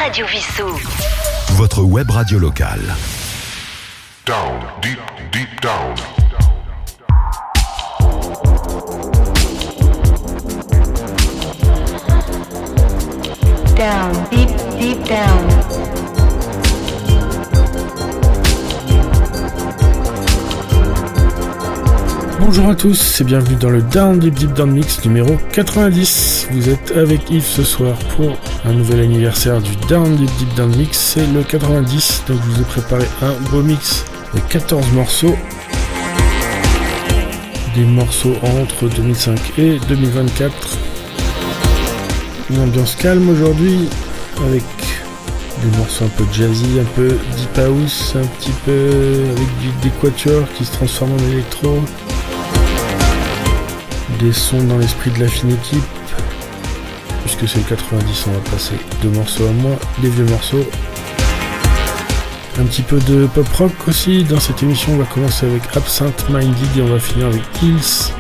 Radio Vissou. Votre web radio locale. Down, deep, deep down. Down, deep, deep down. Bonjour à tous et bienvenue dans le Down Deep Deep Down Mix numéro 90. Vous êtes avec Yves ce soir pour un nouvel anniversaire du Down Deep Deep Down Mix, c'est le 90, donc je vous ai préparé un beau mix de 14 morceaux. Des morceaux entre 2005 et 2024. Une ambiance calme aujourd'hui avec des morceaux un peu jazzy, un peu deep house, un petit peu avec des quatuors qui se transforment en électro. Des sons dans l'esprit de la fine équipe. Puisque c'est le 90, on va passer 2 morceaux à moi, des vieux morceaux. Un petit peu de pop rock aussi. Dans cette émission, on va commencer avec Absent Minded et on va finir avec Hills.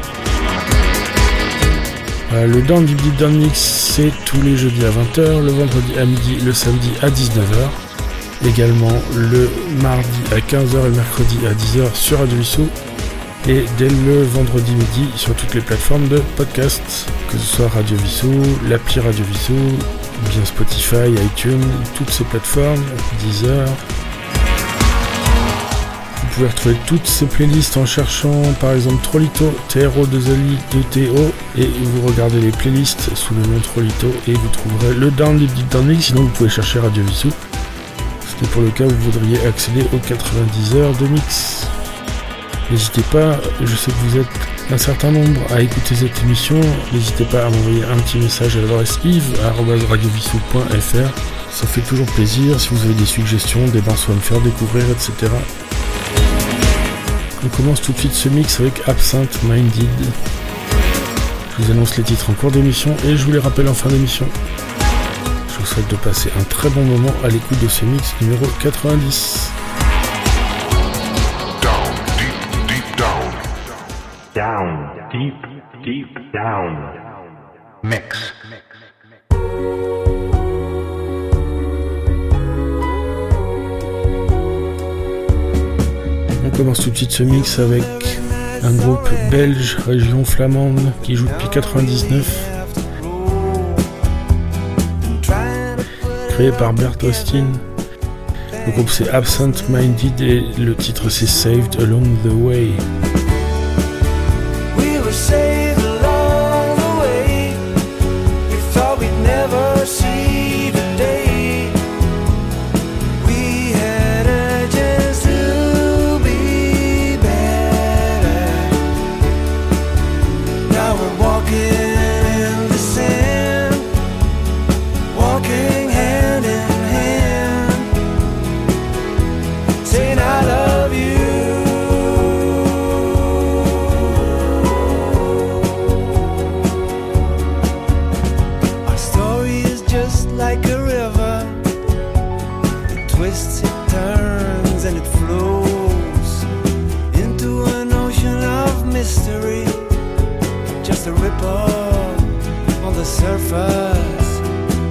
Le Down Deep Deep Down Mix, c'est tous les jeudis à 20h, le vendredi à midi, le samedi à 19h. Également le mardi à 15h et le mercredi à 10h sur Radio Vissou. Et dès le vendredi midi sur toutes les plateformes de podcast, que ce soit Radio Vissou, l'appli Radio Vissou, bien Spotify, iTunes, toutes ces plateformes, Deezer. Vous pouvez retrouver toutes ces playlists en cherchant par exemple Trolito, TRO2LI2TO, et vous regardez les playlists sous le nom Trolito et vous trouverez le Down Deep Deep Down Mix. Sinon vous pouvez chercher Radio Vissou. C'était pour le cas où vous voudriez accéder aux 90 heures de mix. N'hésitez pas, je sais que vous êtes un certain nombre à écouter cette émission, n'hésitez pas à m'envoyer un petit message à l'adresse yves@radiovissou.fr. Ça fait toujours plaisir si vous avez des suggestions, des morceaux à me faire découvrir, etc. On commence tout de suite ce mix avec Absent Minded. Je vous annonce les titres en cours d'émission et je vous les rappelle en fin d'émission. Je vous souhaite de passer un très bon moment à l'écoute de ce mix numéro 90. Down, deep, deep down. Mix. On commence tout de suite ce mix avec un groupe belge, région flamande, qui joue depuis 99. Créé par Bert Austin. Le groupe c'est Absent Minded et le titre c'est Saved Along the Way. Saved along the way. We thought we'd never see the day. We had a chance to be better. Now we're walking in the sand, walking hand in hand, saying I love you. Like a river, it twists, it turns, and it flows into an ocean of mystery. Just a ripple on the surface.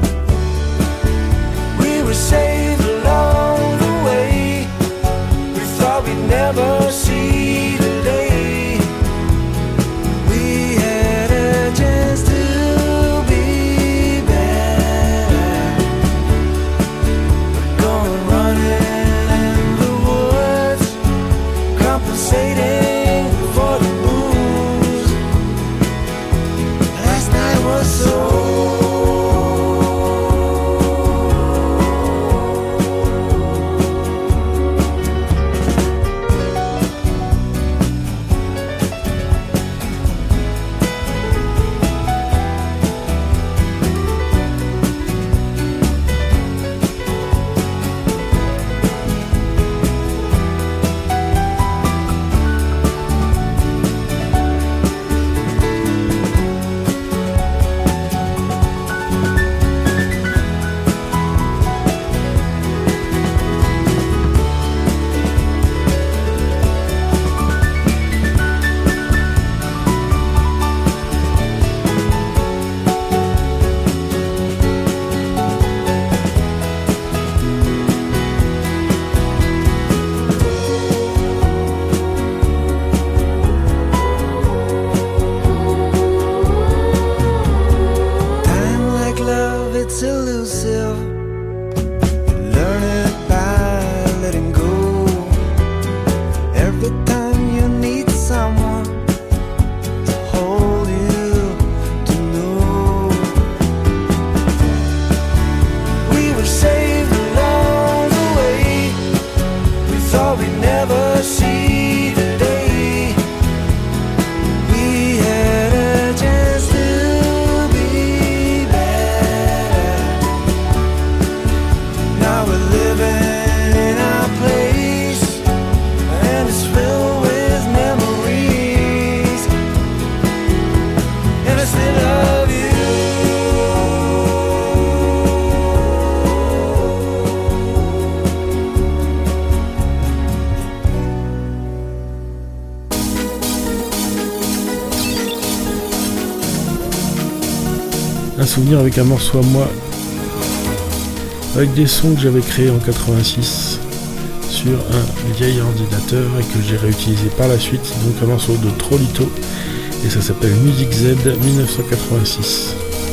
We were saved along the way. We thought we'd never see the day. We had a chance to for the booze. Last night was so it's elusive. You learn it by letting go. Every time you need someone to hold you, to know we were saved along the way. We thought we'd never see the day we had a chance to be better. Now we're living in our place, and it's filled with memories, and I still love you. Un souvenir avec un morceau à moi, avec des sons que j'avais créés en 86 sur un vieil ordinateur et que j'ai réutilisé par la suite, donc un morceau de Trollito, et ça s'appelle Music Z 1986.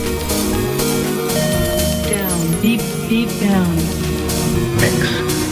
Down, deep, deep down. Mix.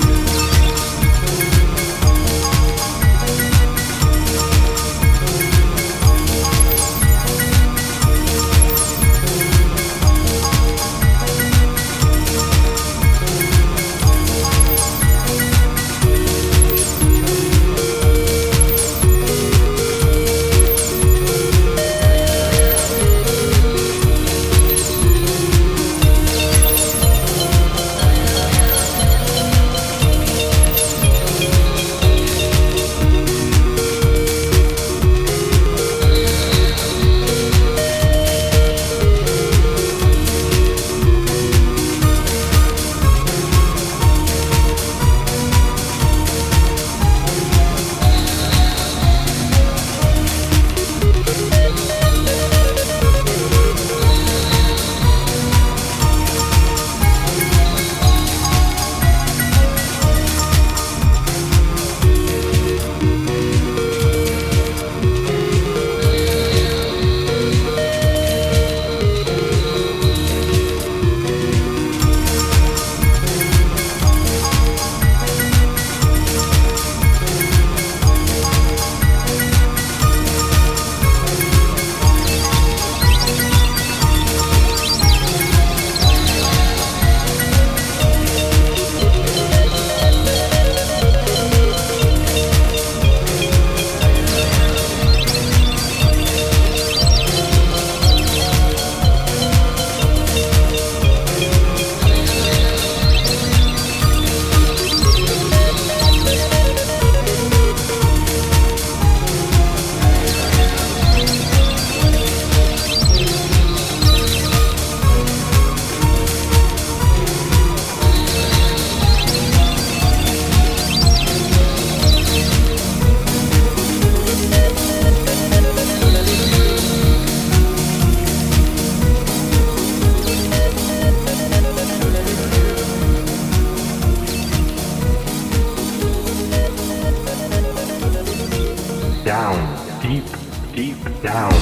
Down, deep, deep down.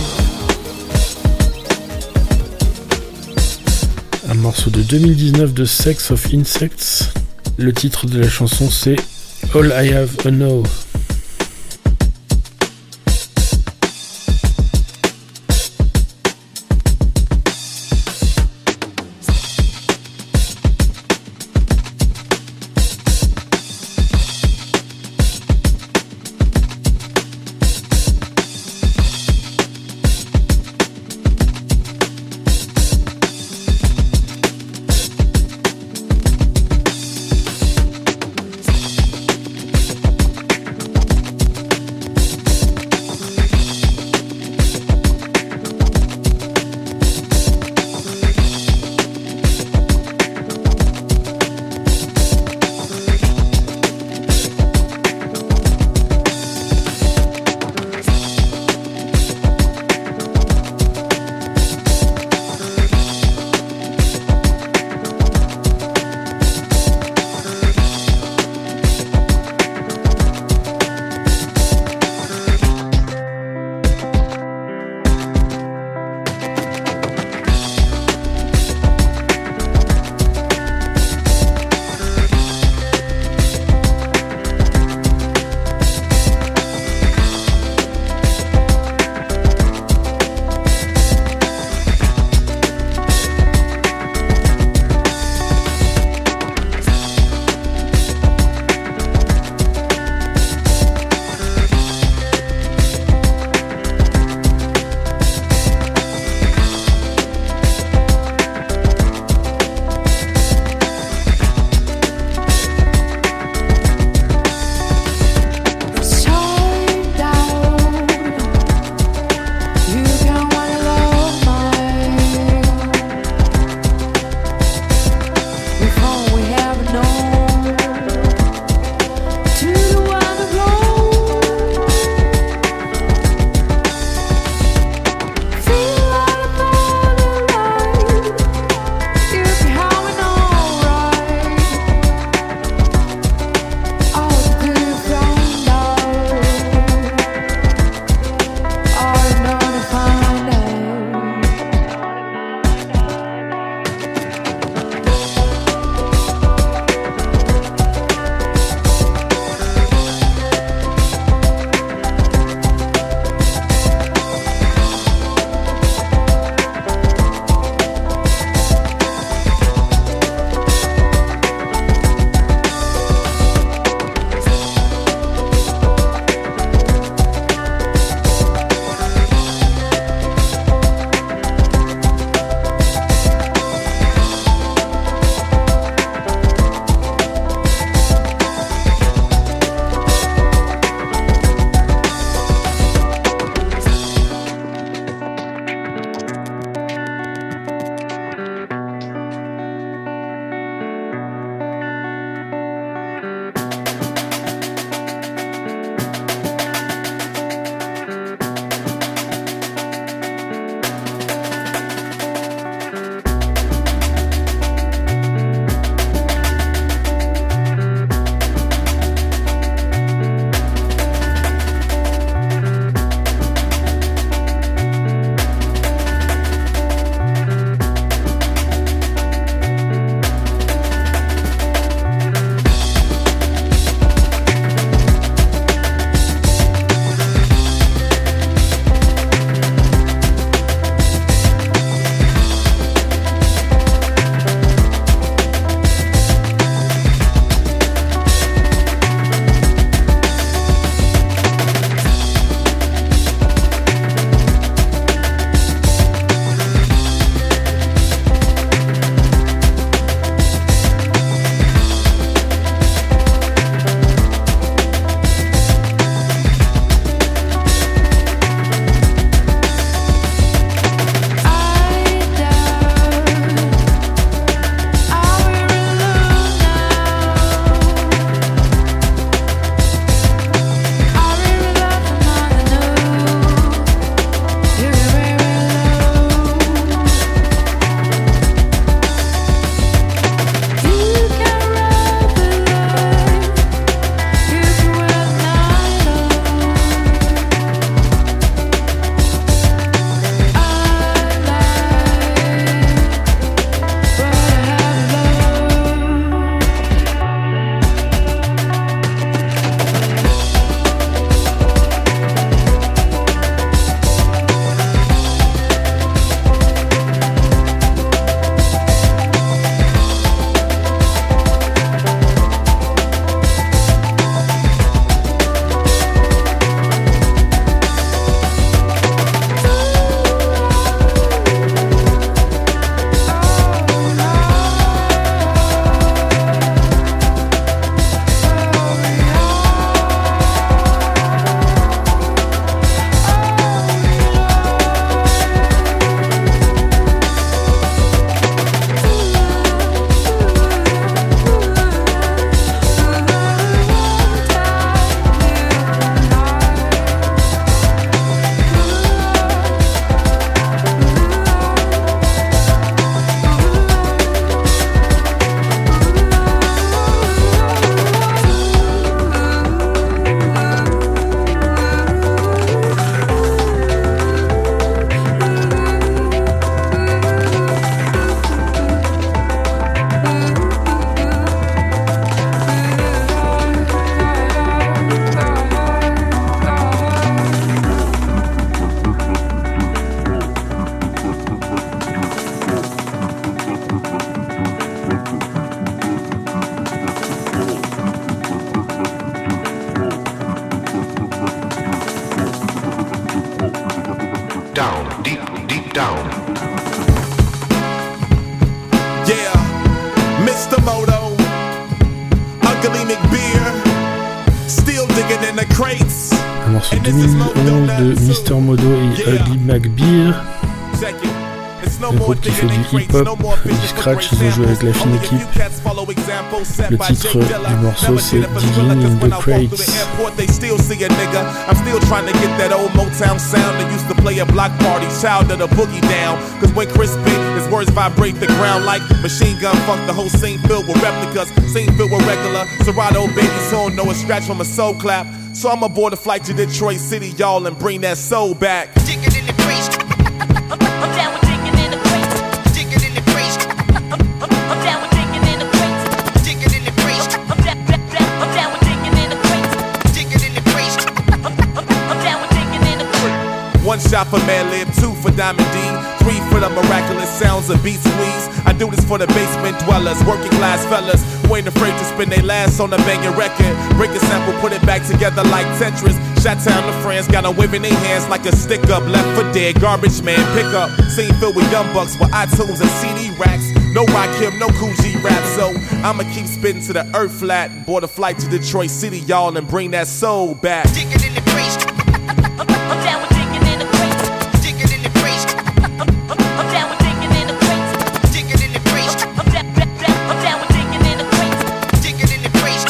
Un morceau de 2019 de Sex of Insects. Le titre de la chanson c'est All I Have a Know. Un morceau 2011 de Mr. Modo et Ugly McBeer. Un groupe qui fait du hip-hop, du scratch, ils ont joué avec la fine équipe. Le titre du morceau c'est Digging in the Crates. They still see a nigga. I'm still trying to get that old Motown sound that used to play at block parties, child of the boogie down. Cause when Chris spit, his words vibrate the ground like machine gun funk. The whole scene filled with replicas, scene filled with regular Serato babies who don't know a scratch from a soul clap. So I'm aboard a flight to Detroit City, y'all, and bring that soul back. Digging in the crates. I'm down with digging in the crates. Digging in the crates. I'm down with digging in the crates. Digging in the crates. I'm down with digging in the crates. Digging in the crates. I'm down with digging in the crates. One shot for Madlib, two for Diamond D, three for the miraculous sounds of beat squeeze. I do this for the basement dwellers, working class fellas who ain't afraid to spend their last on a banging record. Break a sample, put it back together like Tetris. Shot-town to friends, got them waving their hands like a stick-up. Left for dead, garbage man, pick up. Scene filled with young bucks with iTunes and CD racks. No Rakim, no Cool G rap, so I'ma keep spitting to the earth flat. Board a flight to Detroit City, y'all, and bring that soul back. Digging in the crates. I'm down with digging in the crates. Digging in the crates. I'm down with digging in the crates. Digging in the crates. I'm down with digging in the crates. Digging in the crates.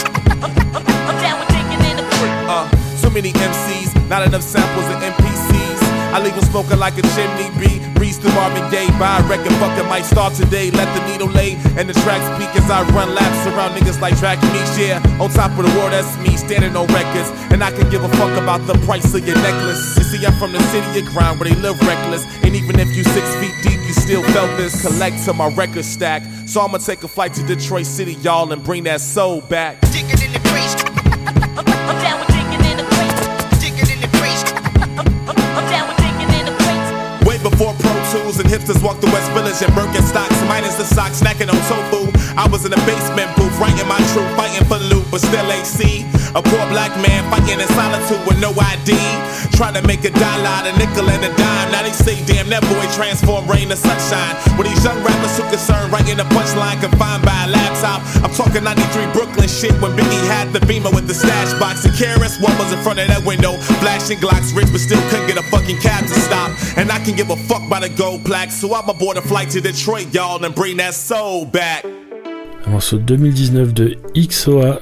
I'm down with digging in the crates. Too many MCs, not enough samples of NPCs. I leave them smoking like a chimney bee. Breeze through Marvin Gaye, buy a record, fucking might start today. Let the needle lay and the tracks peak as I run laps around niggas like track meets. Yeah, on top of the world, that's me standing on records. And I can give a fuck about the price of your necklace. You see, I'm from the city of crime where they live reckless. And even if you 6 feet deep, you still felt this. Collect to my record stack. So I'ma take a flight to Detroit City, y'all, and bring that soul back. Digging in the crates. I'm down with digging in the crates. Digging in the crates. I'm down with digging in the crates. Way before Pro Tools and hipsters walked the West Village and Birkenstocks, minus the socks, snacking on tofu. I was in the basement booth, writing my truth, fighting for loot, but still ain't see. A poor black man fighting in solitude with no ID. Trying to make a dollar out of nickel and a dime. Now they say, damn, that boy transformed rain to sunshine. With these young rappers who concerned writing a punchline confined by a laptop. I'm talking 93 Brooklyn shit when Biggie had the Beamer with the stash box. And KRS-One was in front of that window, flashing Glocks, rich but still couldn't get a fucking cab to stop. And I can give a fuck by the gold plaque, so I'm aboard a flight to Detroit, y'all, and bring that soul back. Un morceau 2019 de XOA.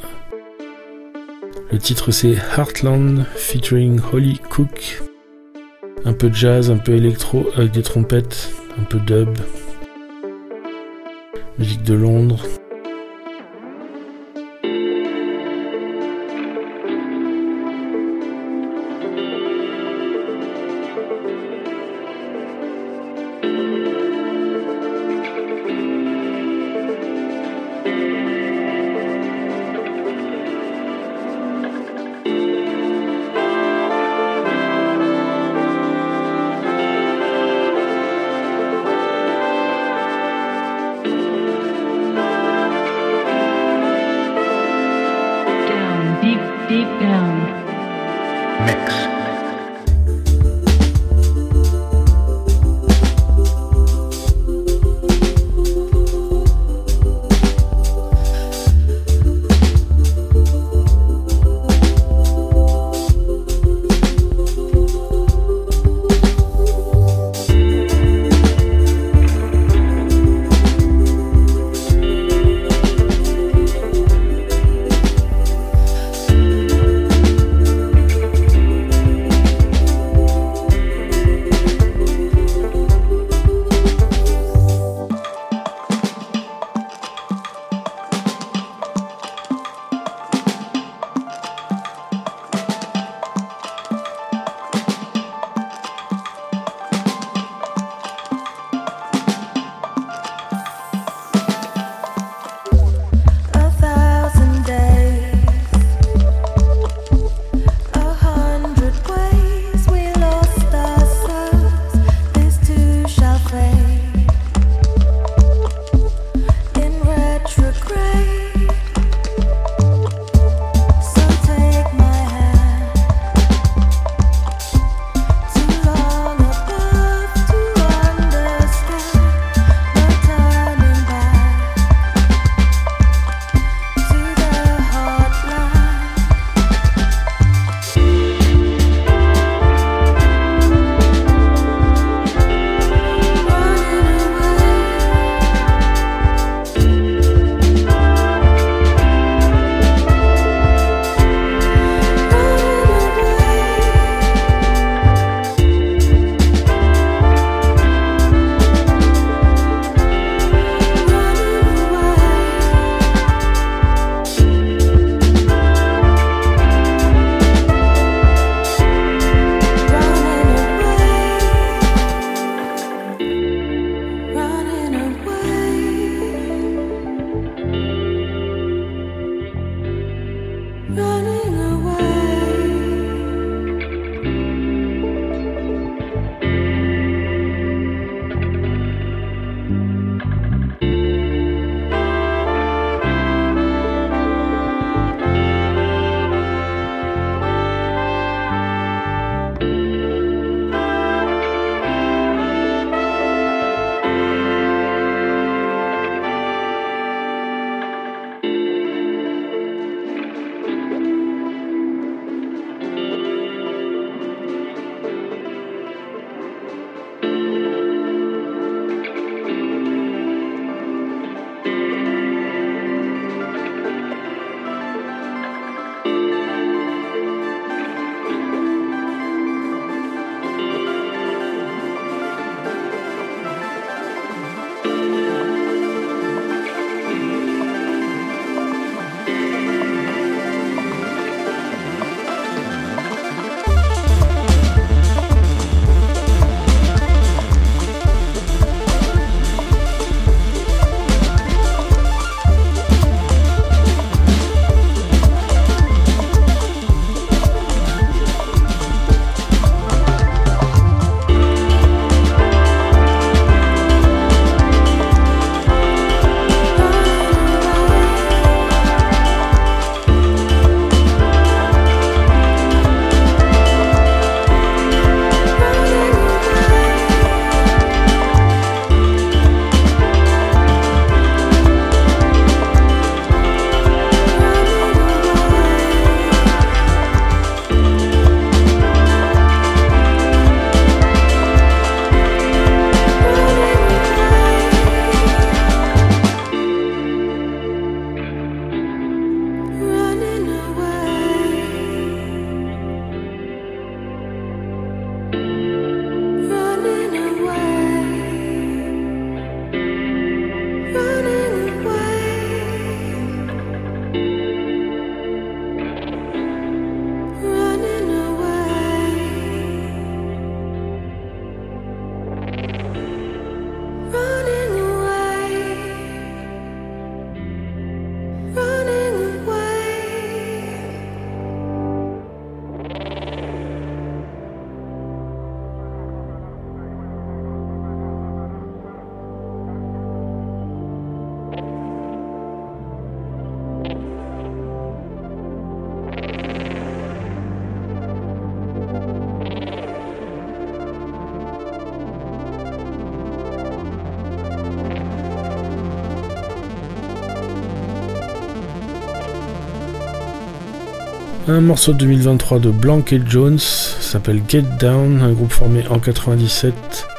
Le titre c'est Heartland featuring Holly Cook. Un peu de jazz, un peu électro avec des trompettes, un peu dub. Musique de Londres. Deep down. Mix. Un morceau de 2023 de Blank et Jones s'appelle Get Down, un groupe formé en 97.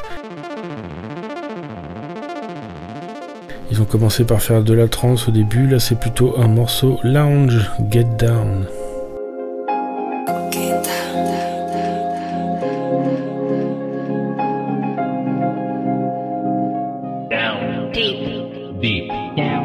Ils ont commencé par faire de la trance au début, là c'est plutôt un morceau lounge, Get Down. Down. Deep. Deep. Down.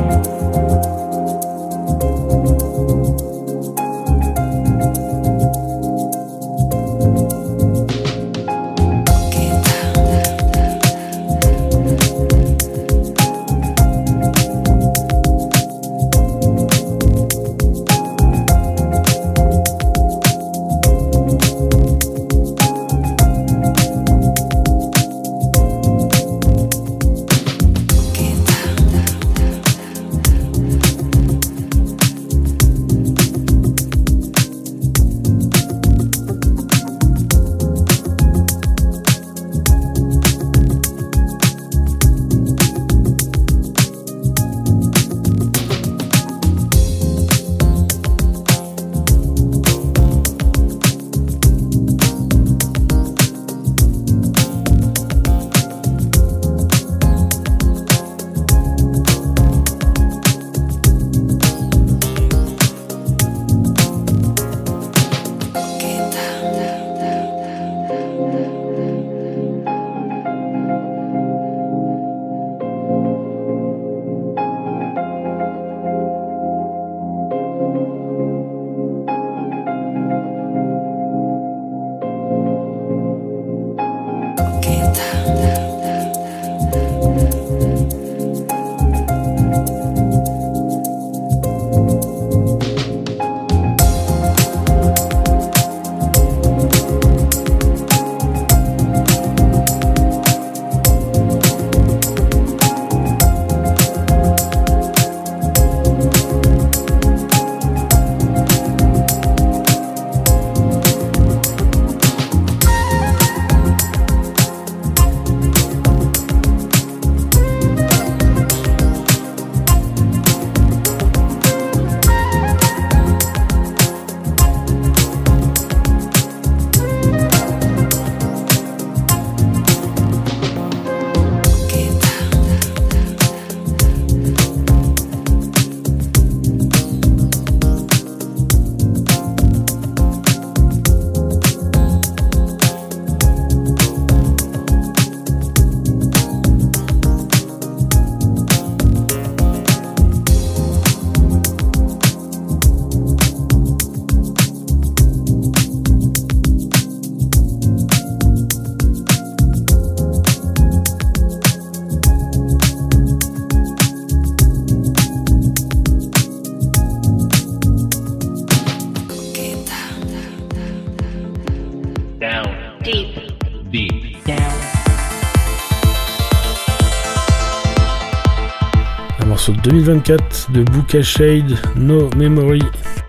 morceau de 2024 de Bouka Shade, No Memory,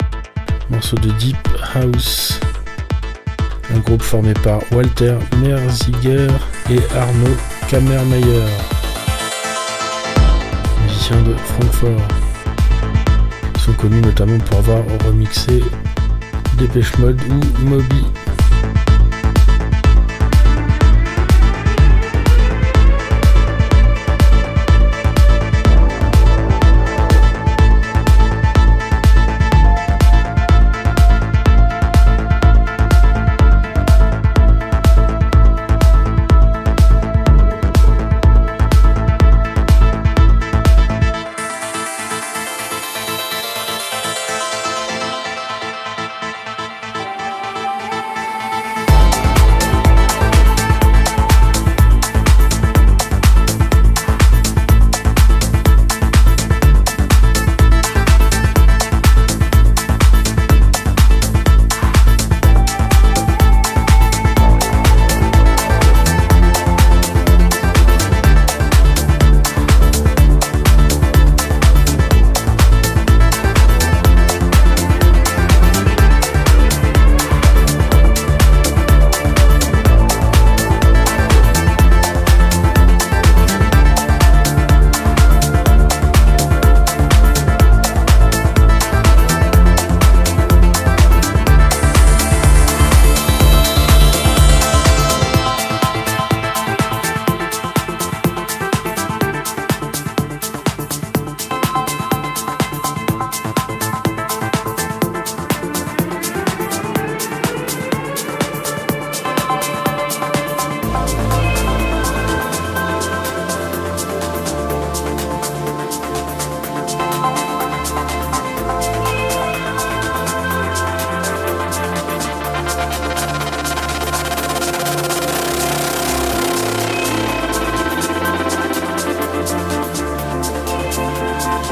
morceau de Deep House, un groupe formé par Walter Merziger et Arnaud Kammermayer, musiciens de Francfort. Ils sont connus notamment pour avoir remixé Depeche Mode ou Moby.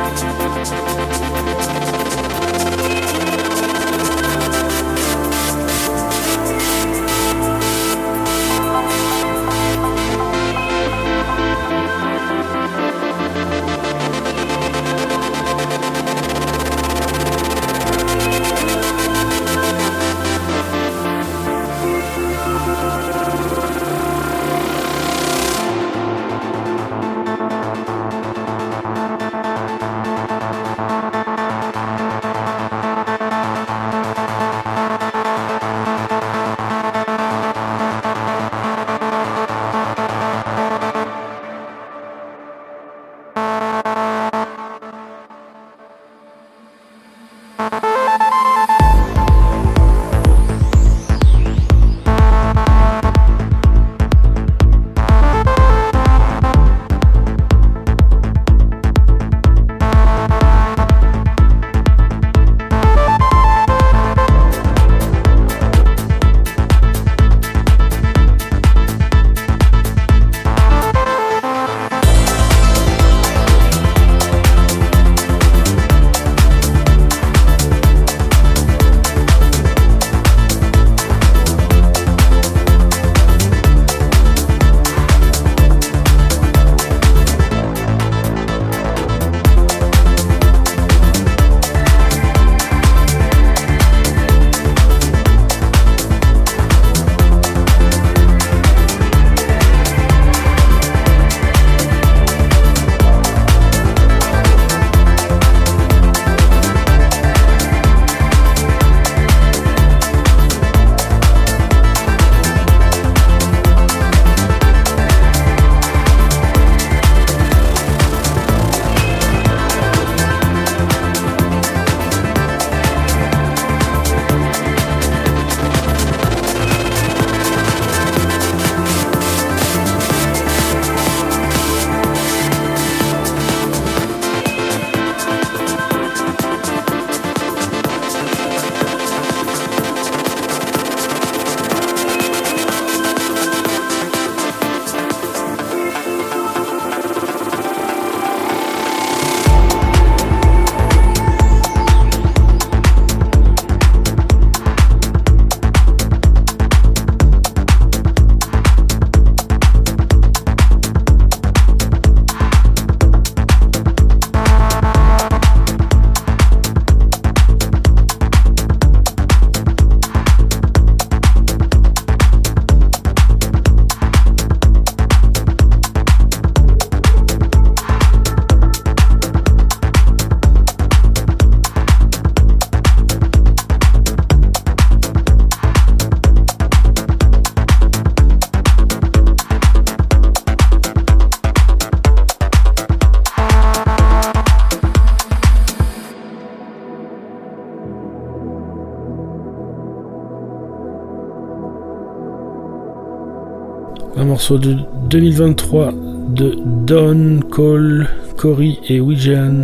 Un morceau de 2023 de Don, Cole, Cory et Wijan,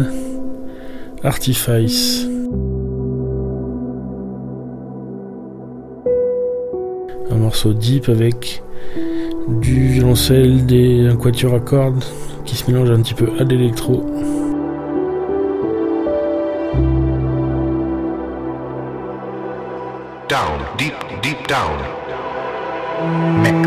Artifice. Un morceau deep avec du violoncelle, un quatuor à cordes qui se mélange un petit peu à l'électro. Down, deep, deep down. Mix.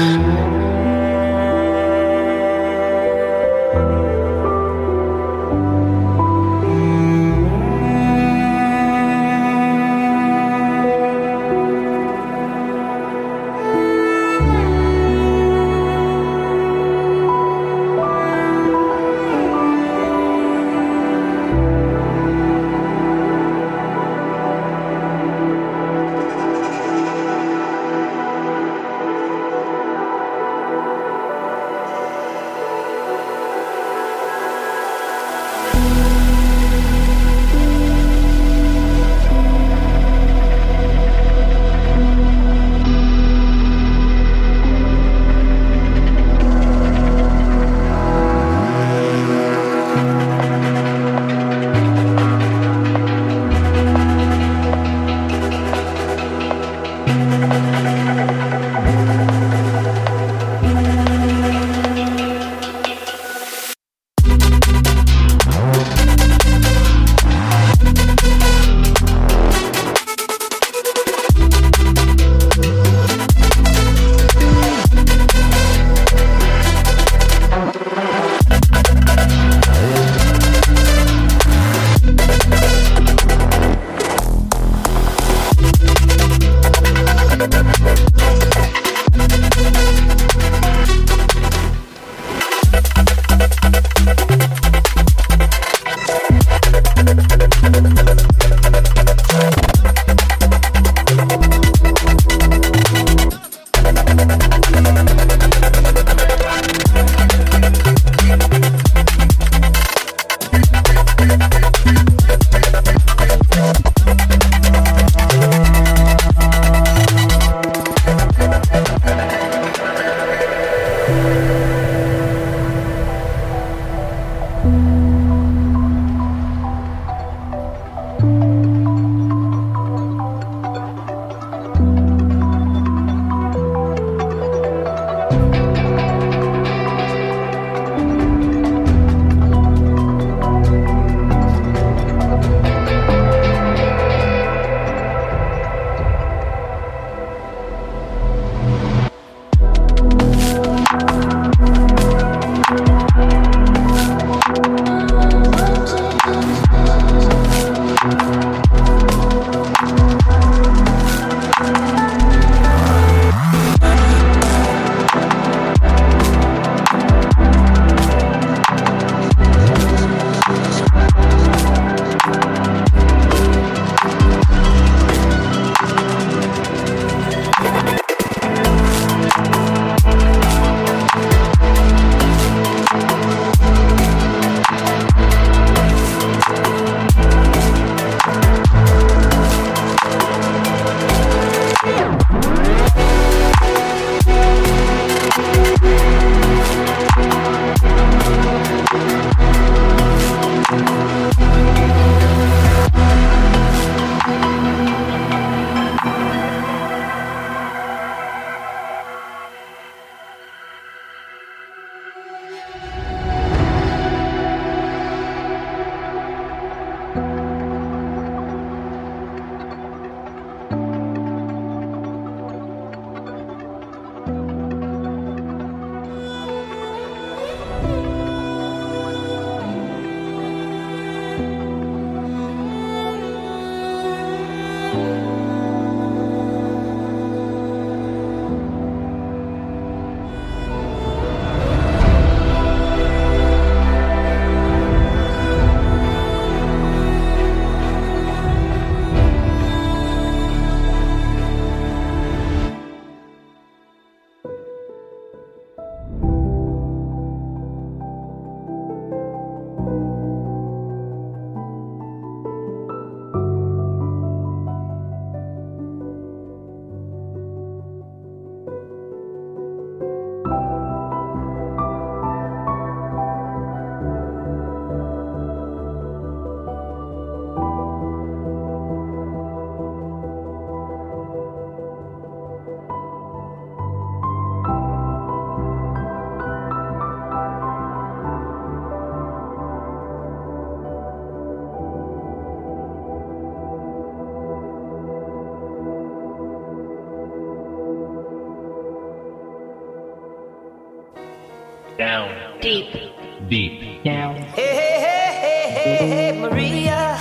down, deep, deep, down. Hey, hey, hey, hey, hey, hey, Maria.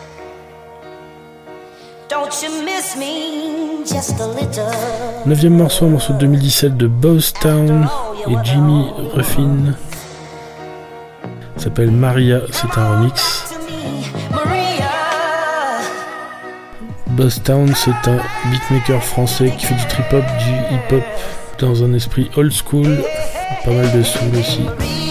Don't you miss me just a little? 9e morceau, un morceau de 2017 de Bosstown et Jimmy Ruffin. Ça s'appelle Maria, c'est un remix. Bosstown, c'est un beatmaker français qui fait du trip-hop, du hip-hop dans un esprit old school, pas mal de soul aussi.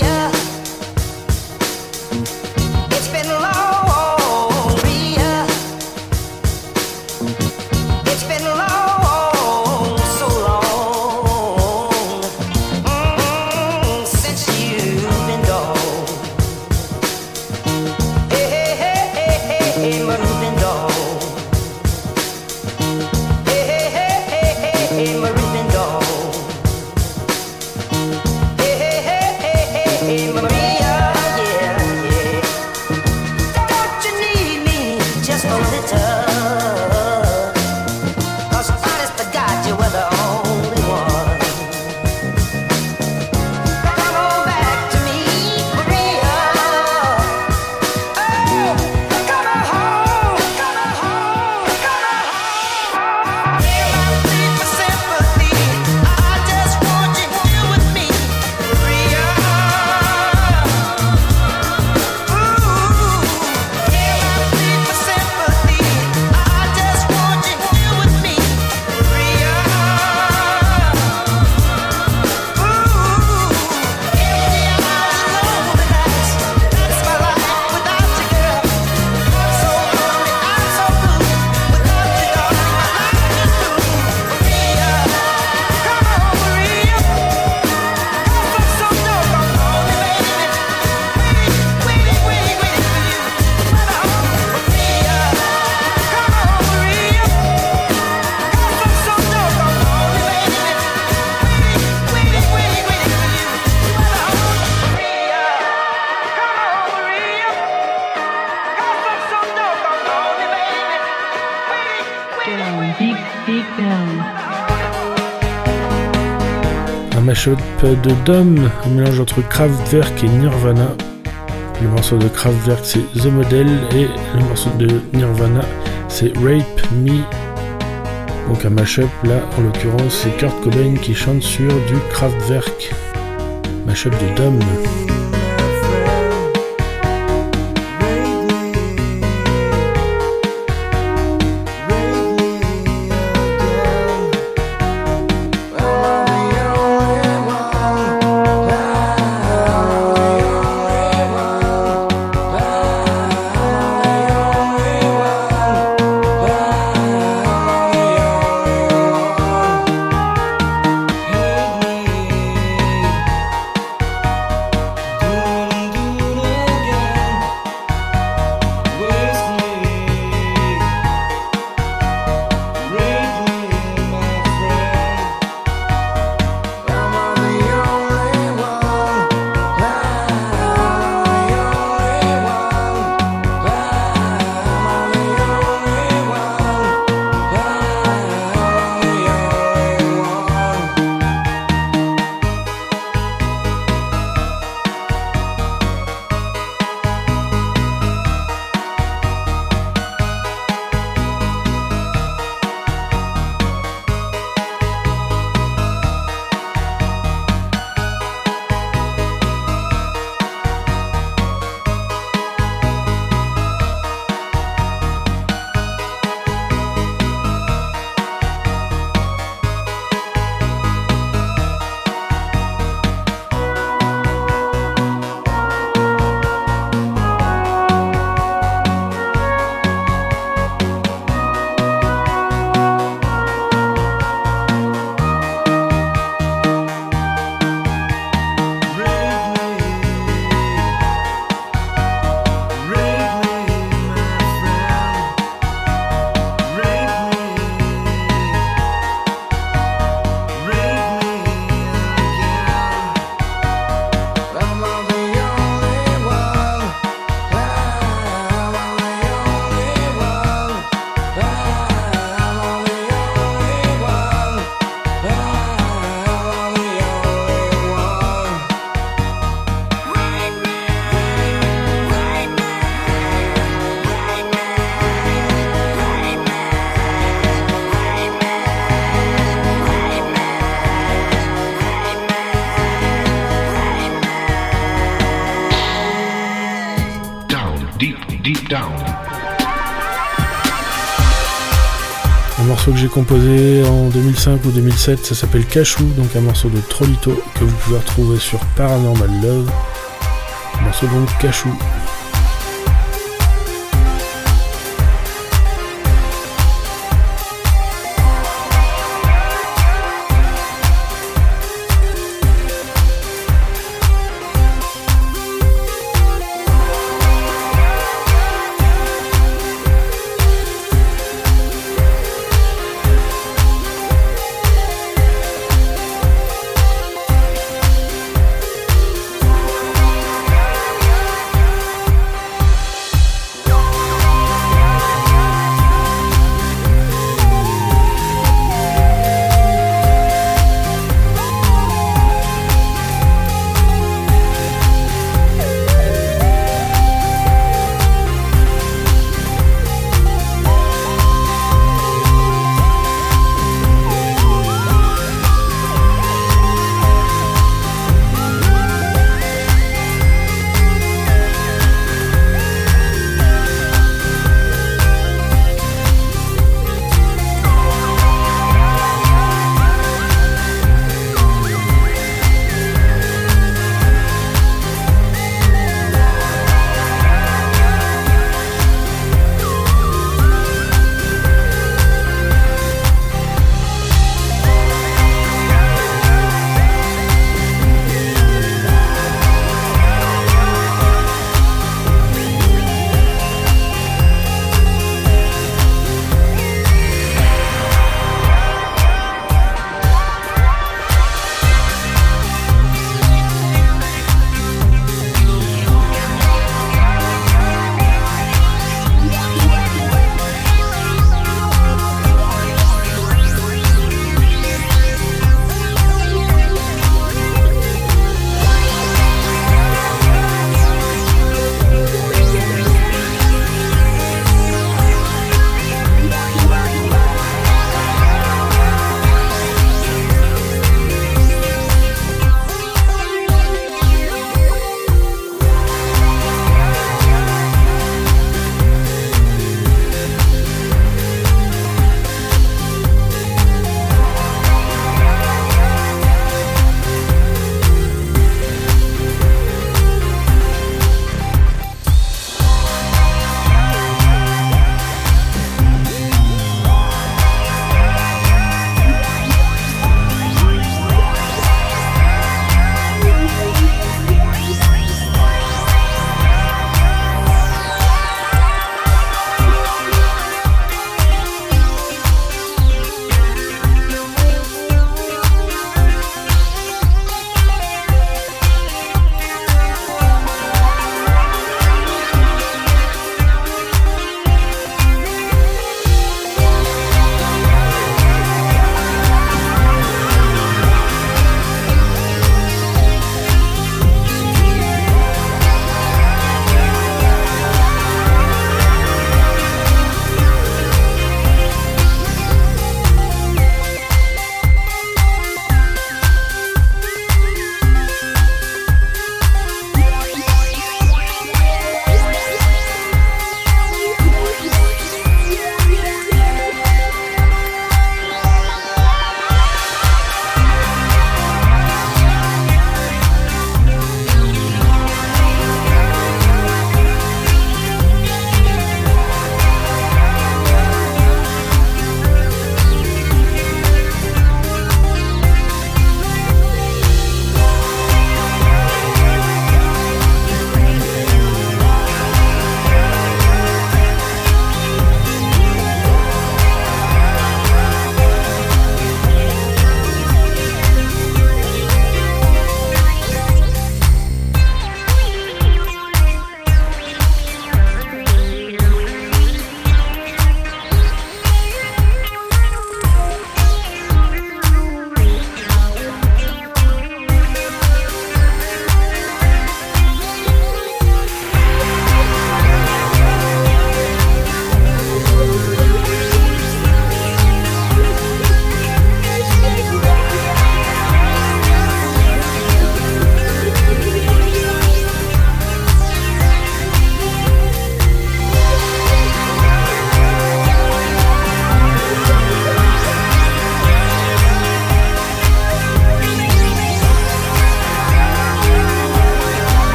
Mashup de Dom, un mélange entre Kraftwerk et Nirvana. Le morceau de Kraftwerk c'est The Model et le morceau de Nirvana c'est Rape Me. Donc un mashup là en l'occurrence c'est Kurt Cobain qui chante sur du Kraftwerk. Mashup de Dom. down. Un morceau que j'ai composé en 2005 ou 2007, ça s'appelle Cachou, donc un morceau de Trollito que vous pouvez retrouver sur Paranormal Love. Un morceau donc Cachou.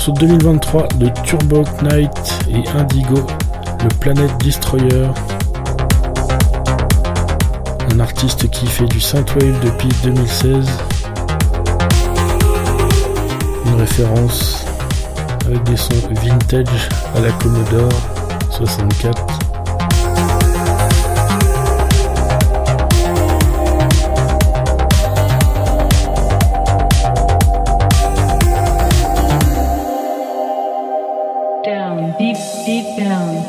morceau de 2023 de Turbo Knight et Indigo, le Planet Destroyer. Un artiste qui fait du synthwave depuis 2016. Une référence avec des sons vintage à la Commodore 64. Down, deep, deep down.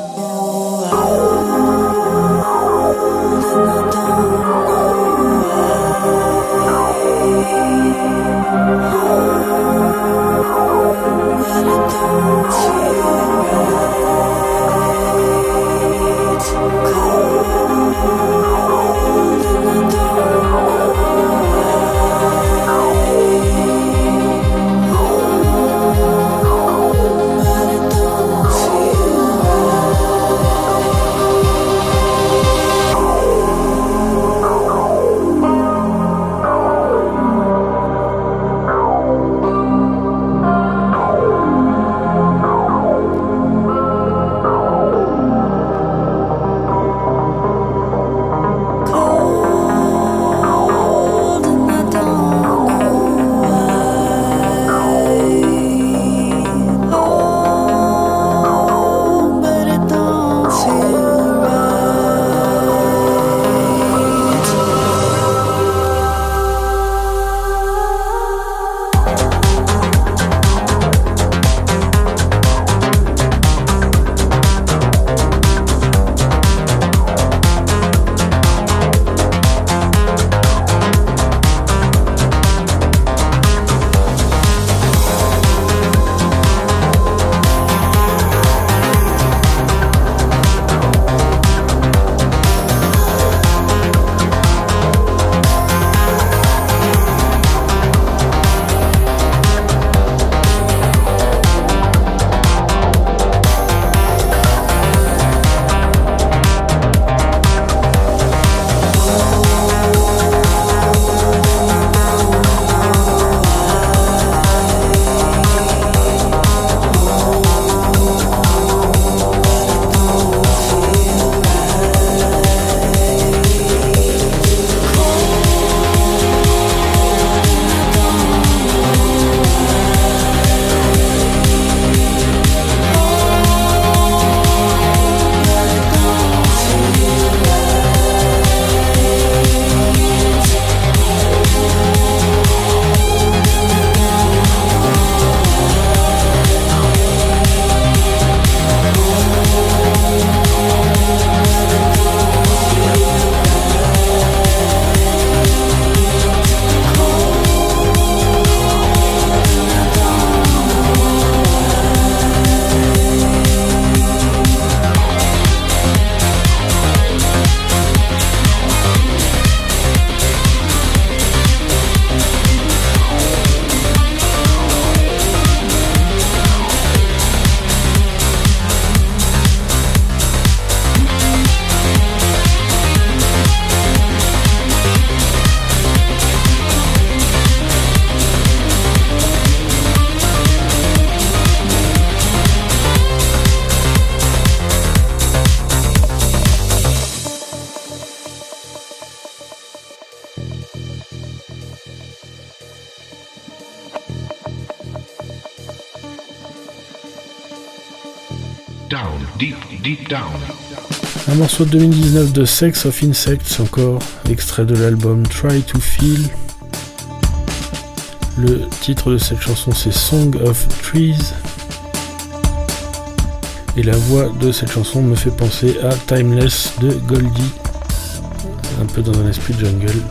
Down, deep, deep down. Un morceau de 2019 de Sex of Insects encore, extrait de l'album Try to Feel. Le titre de cette chanson c'est Song of Trees. Et la voix de cette chanson me fait penser à Timeless de Goldie, un peu dans un esprit jungle.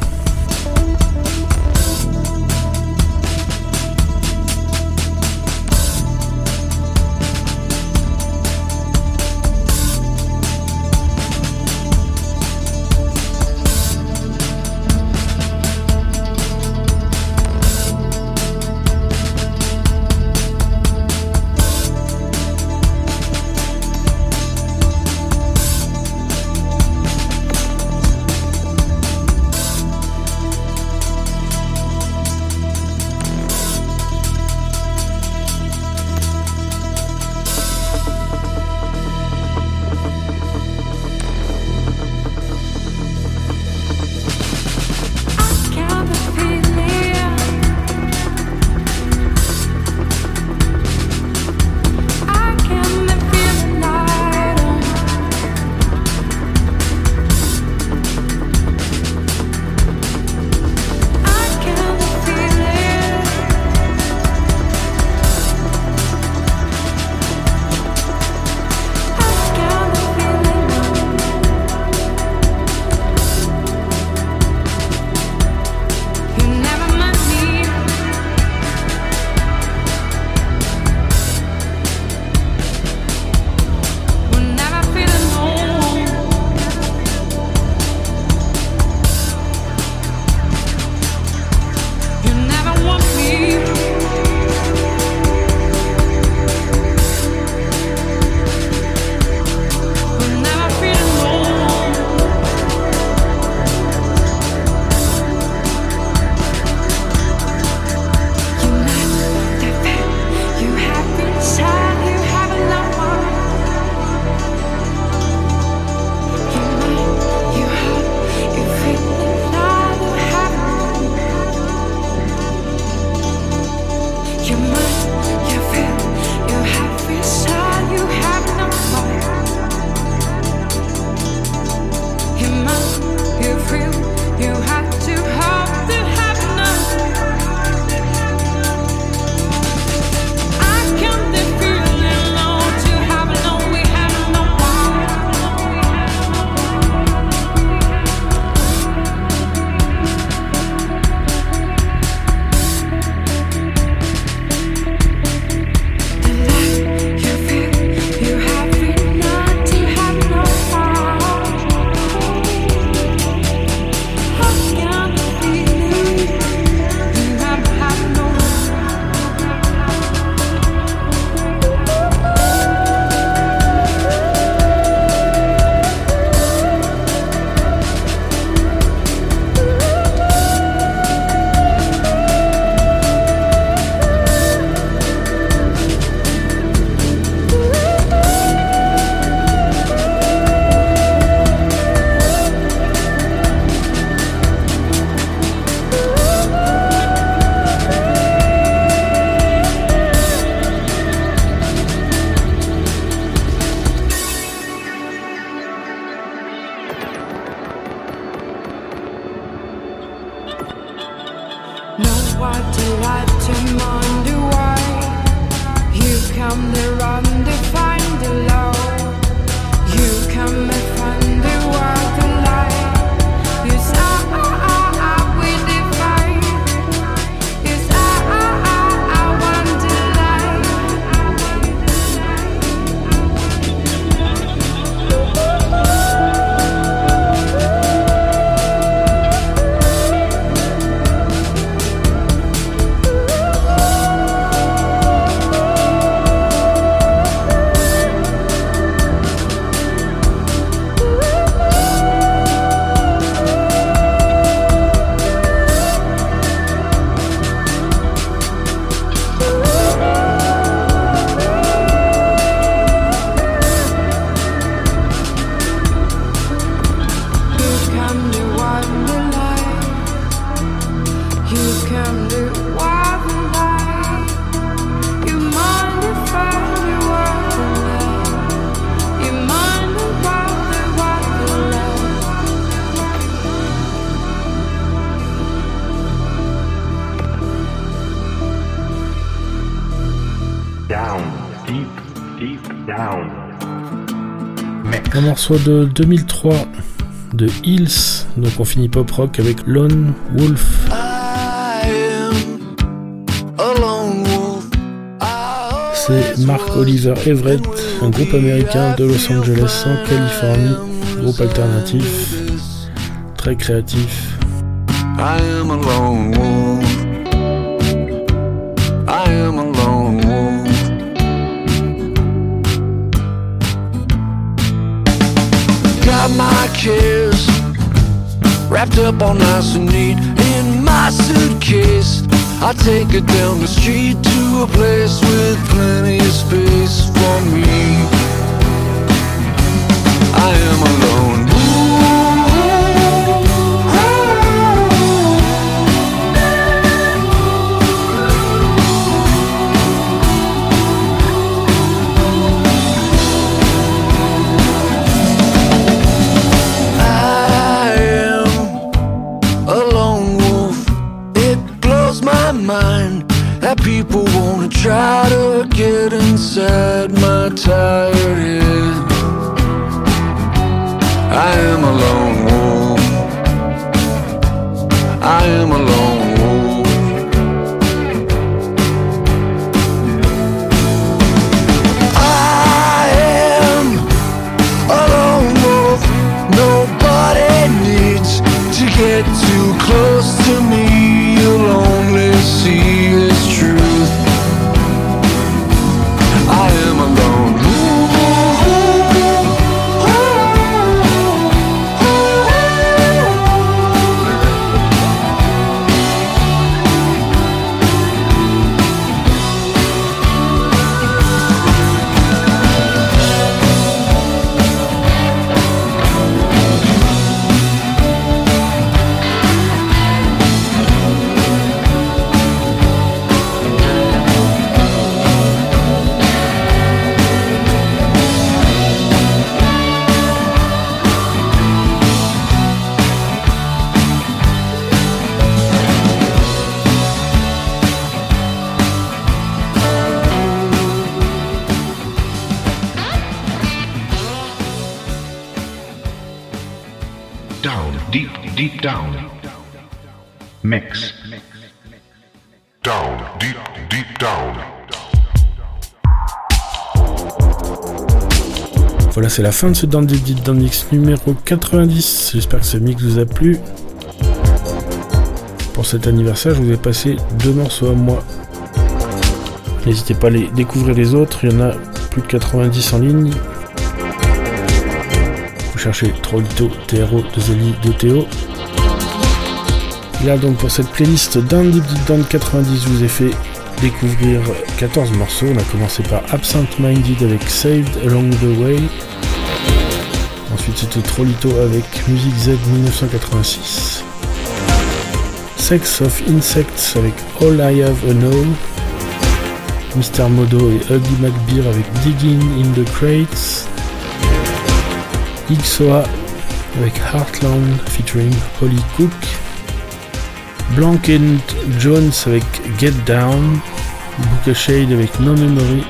Un morceau de 2003 de Hills, donc on finit pop rock avec Lone Wolf. C'est Mark Oliver Everett, un groupe américain de Los Angeles en Californie, groupe alternatif, très créatif. I am a lone wolf. I am a lone wolf. Got my cares wrapped up all nice and neat in my suitcase. I take it down the street to a place with plenty of space for me. I am a lone wolf. That people wanna try to get inside my tired head. I am a lone wolf. I am a lone wolf. I am a lone wolf. Nobody needs to get too close to me. You'll only see this truth. I am alone. Deep down. Mix. Down, deep down. Voilà, c'est la fin de ce Down Deep Down Mix numéro 90. J'espère que ce mix vous a plu. Pour cet anniversaire, je vous ai passé 2 morceaux à moi. N'hésitez pas à les découvrir les autres, il y en a plus de 90 en ligne. Vous cherchez Trollito, TRO, 2LI, 2TO. Là donc pour cette playlist Down Deep Down 90, je vous ai fait découvrir 14 morceaux. On a commencé par Absent Minded avec Saved Along the Way. Ensuite c'était Trollito avec Music Z 1986. Sex of Insects avec All I Have a Know. Mr. Modo et Ugly McBeer avec Digging in the Crates. XOA avec Heartland featuring Holly Cook. Blank & Jones avec Get Down, Booka Shade avec No Memory,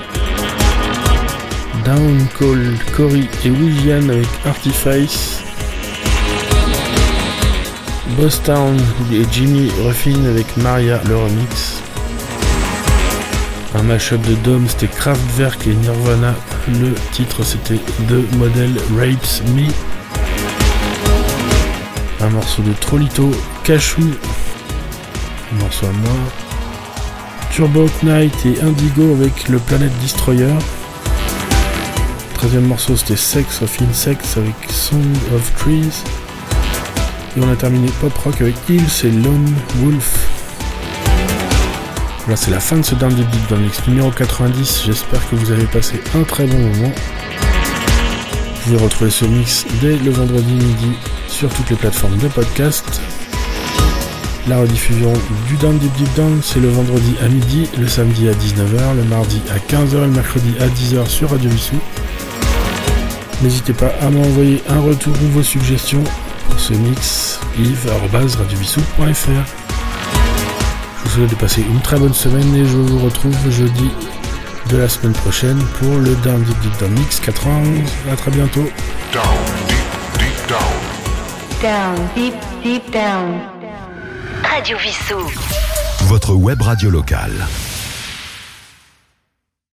Down Cold, Cory et Wijian avec Artifice, Boss Town et Jimmy Ruffin avec Maria le remix, un mashup de Dom c'était Kraftwerk et Nirvana, le titre c'était The Model Rapes Me, un morceau de Trollito, Cachou, un morceau à moi, Turbo Knight et Indigo avec le Planet Destroyer. 13e morceau c'était Sex of Insects avec Song of Trees. Et on a terminé pop rock avec Hills et Lone Wolf. Voilà, c'est la fin de ce Down Deep Deep Down Mix numéro 90. J'espère que vous avez passé un très bon moment. Vous pouvez retrouver ce mix dès le vendredi midi sur toutes les plateformes de podcast. La rediffusion du Down Deep Deep Down, c'est le vendredi à midi, le samedi à 19h, le mardi à 15h et le mercredi à 10h sur Radio Vissou. N'hésitez pas à m'envoyer un retour ou vos suggestions pour ce mix, yves@radiovissou.fr. Je vous souhaite de passer une très bonne semaine et je vous retrouve jeudi de la semaine prochaine pour le Down Deep Deep Down Mix 91. À très bientôt. Down, deep, deep down. Down, deep, deep down. Radio Vissou. Votre web radio locale.